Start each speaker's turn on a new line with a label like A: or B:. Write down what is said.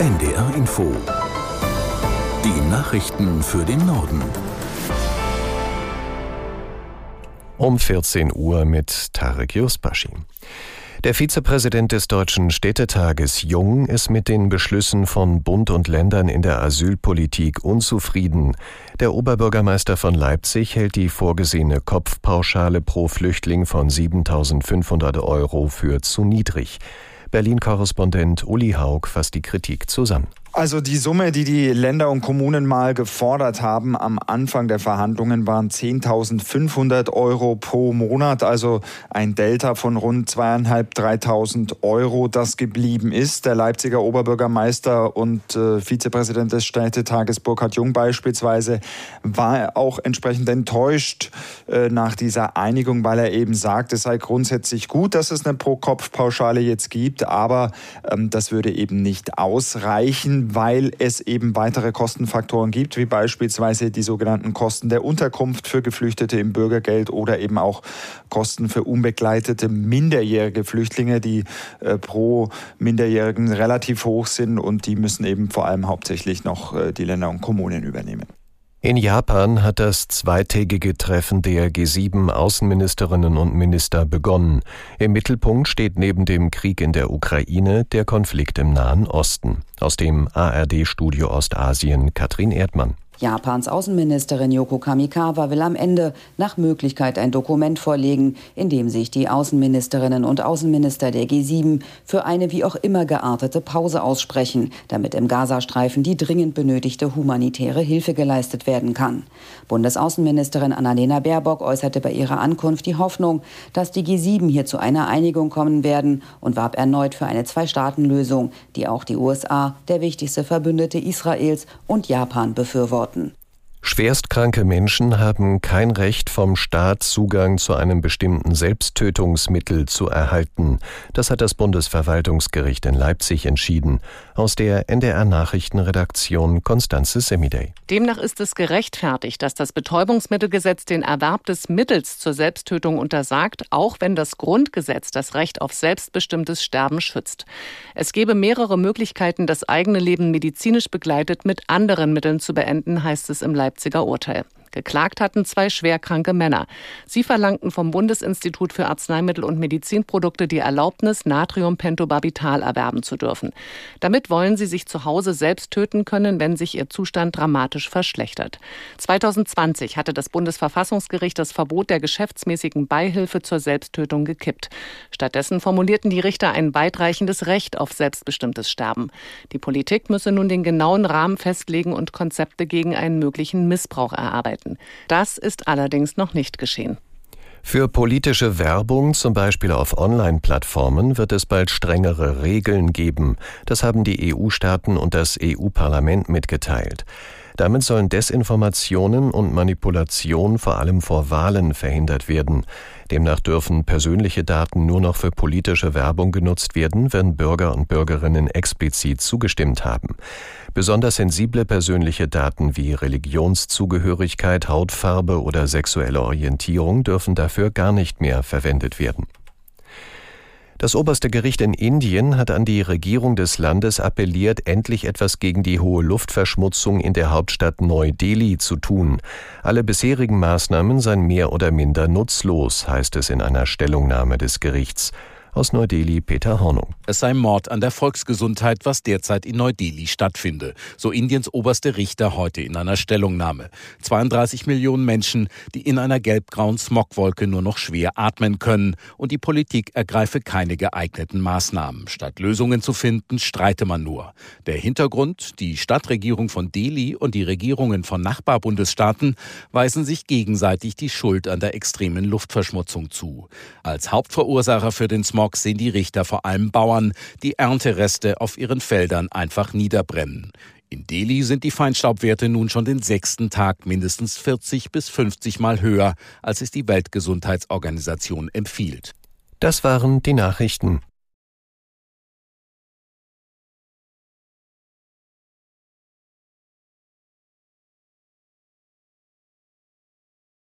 A: NDR Info. Die Nachrichten für den Norden.
B: Um 14 Uhr mit Tarek Yusbashi. Der Vizepräsident des Deutschen Städtetages Jung ist mit den Beschlüssen von Bund und Ländern in der Asylpolitik unzufrieden. Der Oberbürgermeister von Leipzig hält die vorgesehene Kopfpauschale pro Flüchtling von 7.500 € für zu niedrig. Berlin-Korrespondent Uli Haug fasst die Kritik zusammen.
C: Also die Summe, die die Länder und Kommunen mal gefordert haben am Anfang der Verhandlungen, waren 10.500 € pro Monat, also ein Delta von rund 2.500, 3.000 €, das geblieben ist. Der Leipziger Oberbürgermeister und Vizepräsident des Städtetages Burkhard Jung beispielsweise war auch entsprechend enttäuscht nach dieser Einigung, weil er eben sagt, es sei grundsätzlich gut, dass es eine Pro-Kopf-Pauschale jetzt gibt, aber das würde eben nicht ausreichen, weil es eben weitere Kostenfaktoren gibt, wie beispielsweise die sogenannten Kosten der Unterkunft für Geflüchtete im Bürgergeld oder eben auch Kosten für unbegleitete minderjährige Flüchtlinge, die pro Minderjährigen relativ hoch sind, und die müssen eben vor allem hauptsächlich noch die Länder und Kommunen übernehmen.
B: In Japan hat das zweitägige Treffen der G7-Außenministerinnen und Minister begonnen. Im Mittelpunkt steht neben dem Krieg in der Ukraine der Konflikt im Nahen Osten. Aus dem ARD-Studio Ostasien Katrin Erdmann.
D: Japans Außenministerin Yoko Kamikawa will am Ende nach Möglichkeit ein Dokument vorlegen, in dem sich die Außenministerinnen und Außenminister der G7 für eine wie auch immer geartete Pause aussprechen, damit im Gazastreifen die dringend benötigte humanitäre Hilfe geleistet werden kann. Bundesaußenministerin Annalena Baerbock äußerte bei ihrer Ankunft die Hoffnung, dass die G7 hier zu einer Einigung kommen werden, und warb erneut für eine Zwei-Staaten-Lösung, die auch die USA, der wichtigste Verbündete Israels, und Japan befürworten.
B: Schwerstkranke Menschen haben kein Recht, vom Staat Zugang zu einem bestimmten Selbsttötungsmittel zu erhalten. Das hat das Bundesverwaltungsgericht in Leipzig entschieden. Aus der NDR-Nachrichtenredaktion Constanze Semidey.
E: Demnach ist es gerechtfertigt, dass das Betäubungsmittelgesetz den Erwerb des Mittels zur Selbsttötung untersagt, auch wenn das Grundgesetz das Recht auf selbstbestimmtes Sterben schützt. Es gebe mehrere Möglichkeiten, das eigene Leben medizinisch begleitet mit anderen Mitteln zu beenden, heißt es im Leipziger Urteil. Geklagt hatten 2 schwerkranke Männer. Sie verlangten vom Bundesinstitut für Arzneimittel und Medizinprodukte die Erlaubnis, Natriumpentobarbital erwerben zu dürfen. Damit wollen sie sich zu Hause selbst töten können, wenn sich ihr Zustand dramatisch verschlechtert. 2020 hatte das Bundesverfassungsgericht das Verbot der geschäftsmäßigen Beihilfe zur Selbsttötung gekippt. Stattdessen formulierten die Richter ein weitreichendes Recht auf selbstbestimmtes Sterben. Die Politik müsse nun den genauen Rahmen festlegen und Konzepte gegen einen möglichen Missbrauch erarbeiten. Das ist allerdings noch nicht geschehen.
B: Für politische Werbung, zum Beispiel auf Online-Plattformen, wird es bald strengere Regeln geben. Das haben die EU-Staaten und das EU-Parlament mitgeteilt. Damit sollen Desinformationen und Manipulation vor allem vor Wahlen verhindert werden. Demnach dürfen persönliche Daten nur noch für politische Werbung genutzt werden, wenn Bürger und Bürgerinnen explizit zugestimmt haben. Besonders sensible persönliche Daten wie Religionszugehörigkeit, Hautfarbe oder sexuelle Orientierung dürfen dafür gar nicht mehr verwendet werden. Das oberste Gericht in Indien hat an die Regierung des Landes appelliert, endlich etwas gegen die hohe Luftverschmutzung in der Hauptstadt Neu-Delhi zu tun. Alle bisherigen Maßnahmen seien mehr oder minder nutzlos, heißt es in einer Stellungnahme des Gerichts. Aus Neu-Delhi Peter Hornung.
F: Es sei Mord an der Volksgesundheit, was derzeit in Neu-Delhi stattfinde, so Indiens oberste Richter heute in einer Stellungnahme. 32 Millionen Menschen, die in einer gelbgrauen Smogwolke nur noch schwer atmen können, und die Politik ergreife keine geeigneten Maßnahmen. Statt Lösungen zu finden, streite man nur. Der Hintergrund: Die Stadtregierung von Delhi und die Regierungen von Nachbarbundesstaaten weisen sich gegenseitig die Schuld an der extremen Luftverschmutzung zu. Als Hauptverursacher für den Smog sehen die Richter vor allem Bauern, die Erntereste auf ihren Feldern einfach niederbrennen. In Delhi sind die Feinstaubwerte nun schon den 6. Tag mindestens 40 bis 50 Mal höher, als es die Weltgesundheitsorganisation empfiehlt.
B: Das waren die Nachrichten.